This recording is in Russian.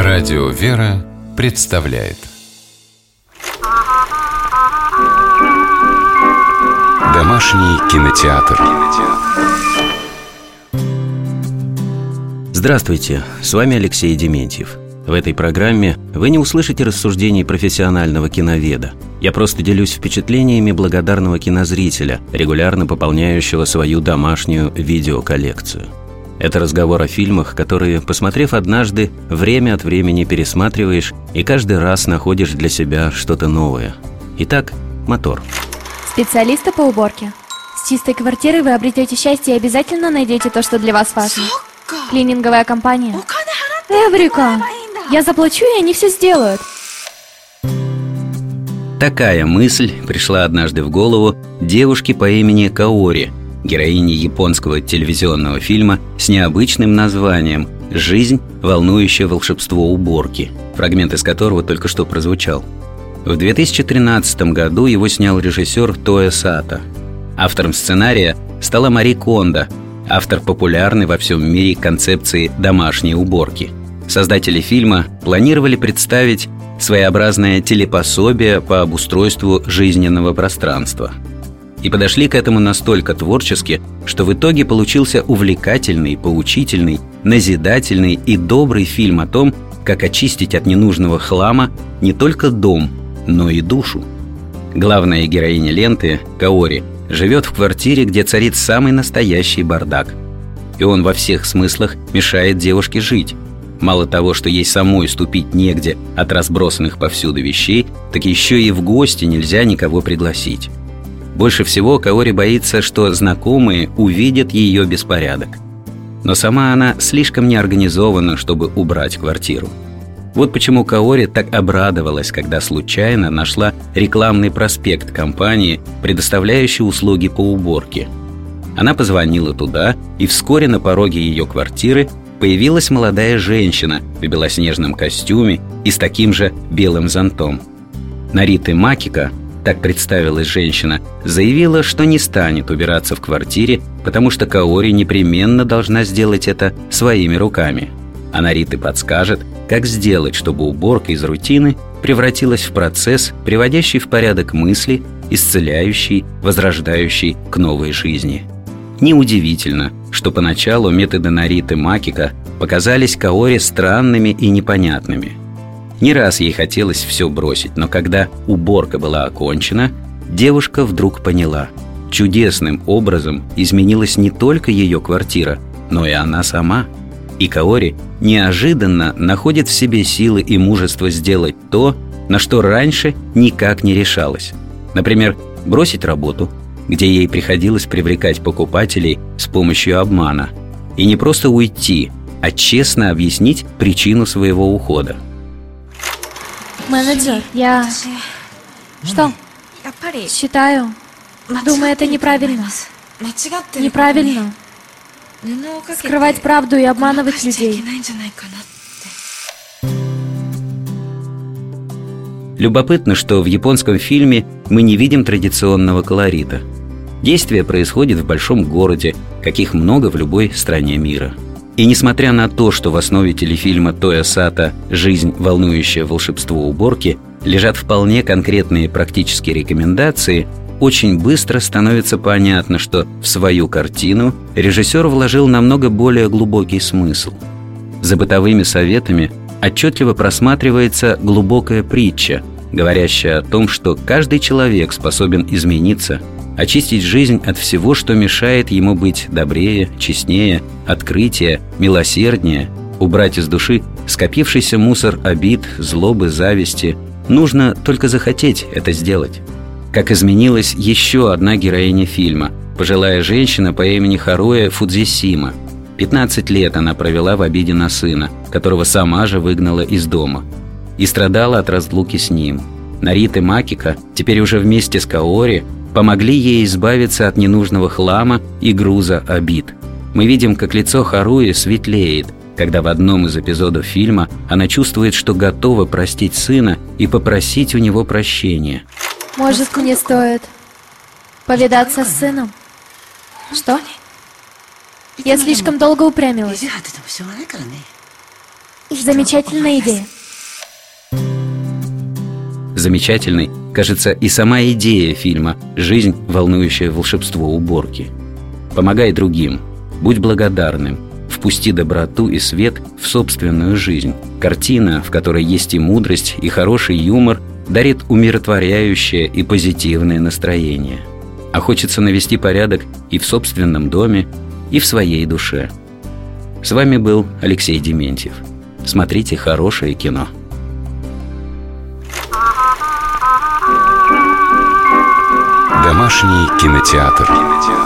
Радио «Вера» представляет Домашний кинотеатр. Здравствуйте, с вами Алексей Дементьев. В этой программе вы не услышите рассуждений профессионального киноведа. Я просто делюсь впечатлениями благодарного кинозрителя, регулярно пополняющего свою домашнюю видеоколлекцию. Это разговор о фильмах, которые, посмотрев однажды, время от времени пересматриваешь и каждый раз находишь для себя что-то новое. Итак, мотор. Специалисты по уборке. С чистой квартирой вы обретете счастье и обязательно найдете то, что для вас важно. Клининговая компания. Эврика! Я заплачу, и они все сделают. Такая мысль пришла однажды в голову девушке по имени Каори, героине японского телевизионного фильма с необычным названием «Жизнь, волнующее волшебство уборки», фрагмент из которого только что прозвучал. В 2013 году его снял режиссер Тоэ Сато. Автором сценария стала Мари Кондо, автор популярной во всем мире концепции домашней уборки. Создатели фильма планировали представить своеобразное телепособие по обустройству жизненного пространства. И подошли к этому настолько творчески, что в итоге получился увлекательный, поучительный, назидательный и добрый фильм о том, как очистить от ненужного хлама не только дом, но и душу. Главная героиня ленты, Каори, живет в квартире, где царит самый настоящий бардак. И он во всех смыслах мешает девушке жить. Мало того, что ей самой ступить негде от разбросанных повсюду вещей, так еще и в гости нельзя никого пригласить. Больше всего Каори боится, что знакомые увидят ее беспорядок. Но сама она слишком неорганизована, чтобы убрать квартиру. Вот почему Каори так обрадовалась, когда случайно нашла рекламный проспект компании, предоставляющей услуги по уборке. Она позвонила туда, и вскоре на пороге ее квартиры появилась молодая женщина в белоснежном костюме и с таким же белым зонтом. Нарита Макика, так представилась женщина, заявила, что не станет убираться в квартире, потому что Каори непременно должна сделать это своими руками. А Нарита подскажет, как сделать, чтобы уборка из рутины превратилась в процесс, приводящий в порядок мысли, исцеляющий, возрождающий к новой жизни. Неудивительно, что поначалу методы Нариты Макика показались Каори странными и непонятными. Не раз ей хотелось все бросить, но когда уборка была окончена, девушка вдруг поняла: чудесным образом изменилась не только ее квартира, но и она сама. И Каори неожиданно находит в себе силы и мужество сделать то, на что раньше никак не решалась. Например, бросить работу, где ей приходилось привлекать покупателей с помощью обмана. И не просто уйти, а честно объяснить причину своего ухода. Менеджер, я... Что? Считаю. Думаю, это неправильно. Неправильно. Скрывать правду и обманывать людей. Любопытно, что в японском фильме мы не видим традиционного колорита. Действие происходит в большом городе, каких много в любой стране мира. И несмотря на то, что в основе телефильма Тоэ Сато «Жизнь, волнующее волшебство уборки» лежат вполне конкретные практические рекомендации, очень быстро становится понятно, что в свою картину режиссер вложил намного более глубокий смысл. За бытовыми советами отчетливо просматривается глубокая притча, говорящая о том, что каждый человек способен измениться, очистить жизнь от всего, что мешает ему быть добрее, честнее, открытие, милосерднее, убрать из души скопившийся мусор обид, злобы, зависти. Нужно только захотеть это сделать. Как изменилась еще одна героиня фильма, пожилая женщина по имени Харуэ Фудзисима. 15 лет она провела в обиде на сына, которого сама же выгнала из дома, и страдала от разлуки с ним. Нарита Макика, теперь уже вместе с Каори, помогли ей избавиться от ненужного хлама и груза обид. Мы видим, как лицо Харуи светлеет, когда в одном из эпизодов фильма она чувствует, что готова простить сына и попросить у него прощения. Может, мне стоит повидаться с сыном? Что? Я слишком долго упрямилась. Замечательная идея. Замечательной кажется и сама идея фильма «Жизнь, волнующая волшебство уборки». Помогай другим, будь благодарным, впусти доброту и свет в собственную жизнь. Картина, в которой есть и мудрость, и хороший юмор, дарит умиротворяющее и позитивное настроение. А хочется навести порядок и в собственном доме, и в своей душе. С вами был Алексей Дементьев. Смотрите хорошее кино. Домашний кинотеатр.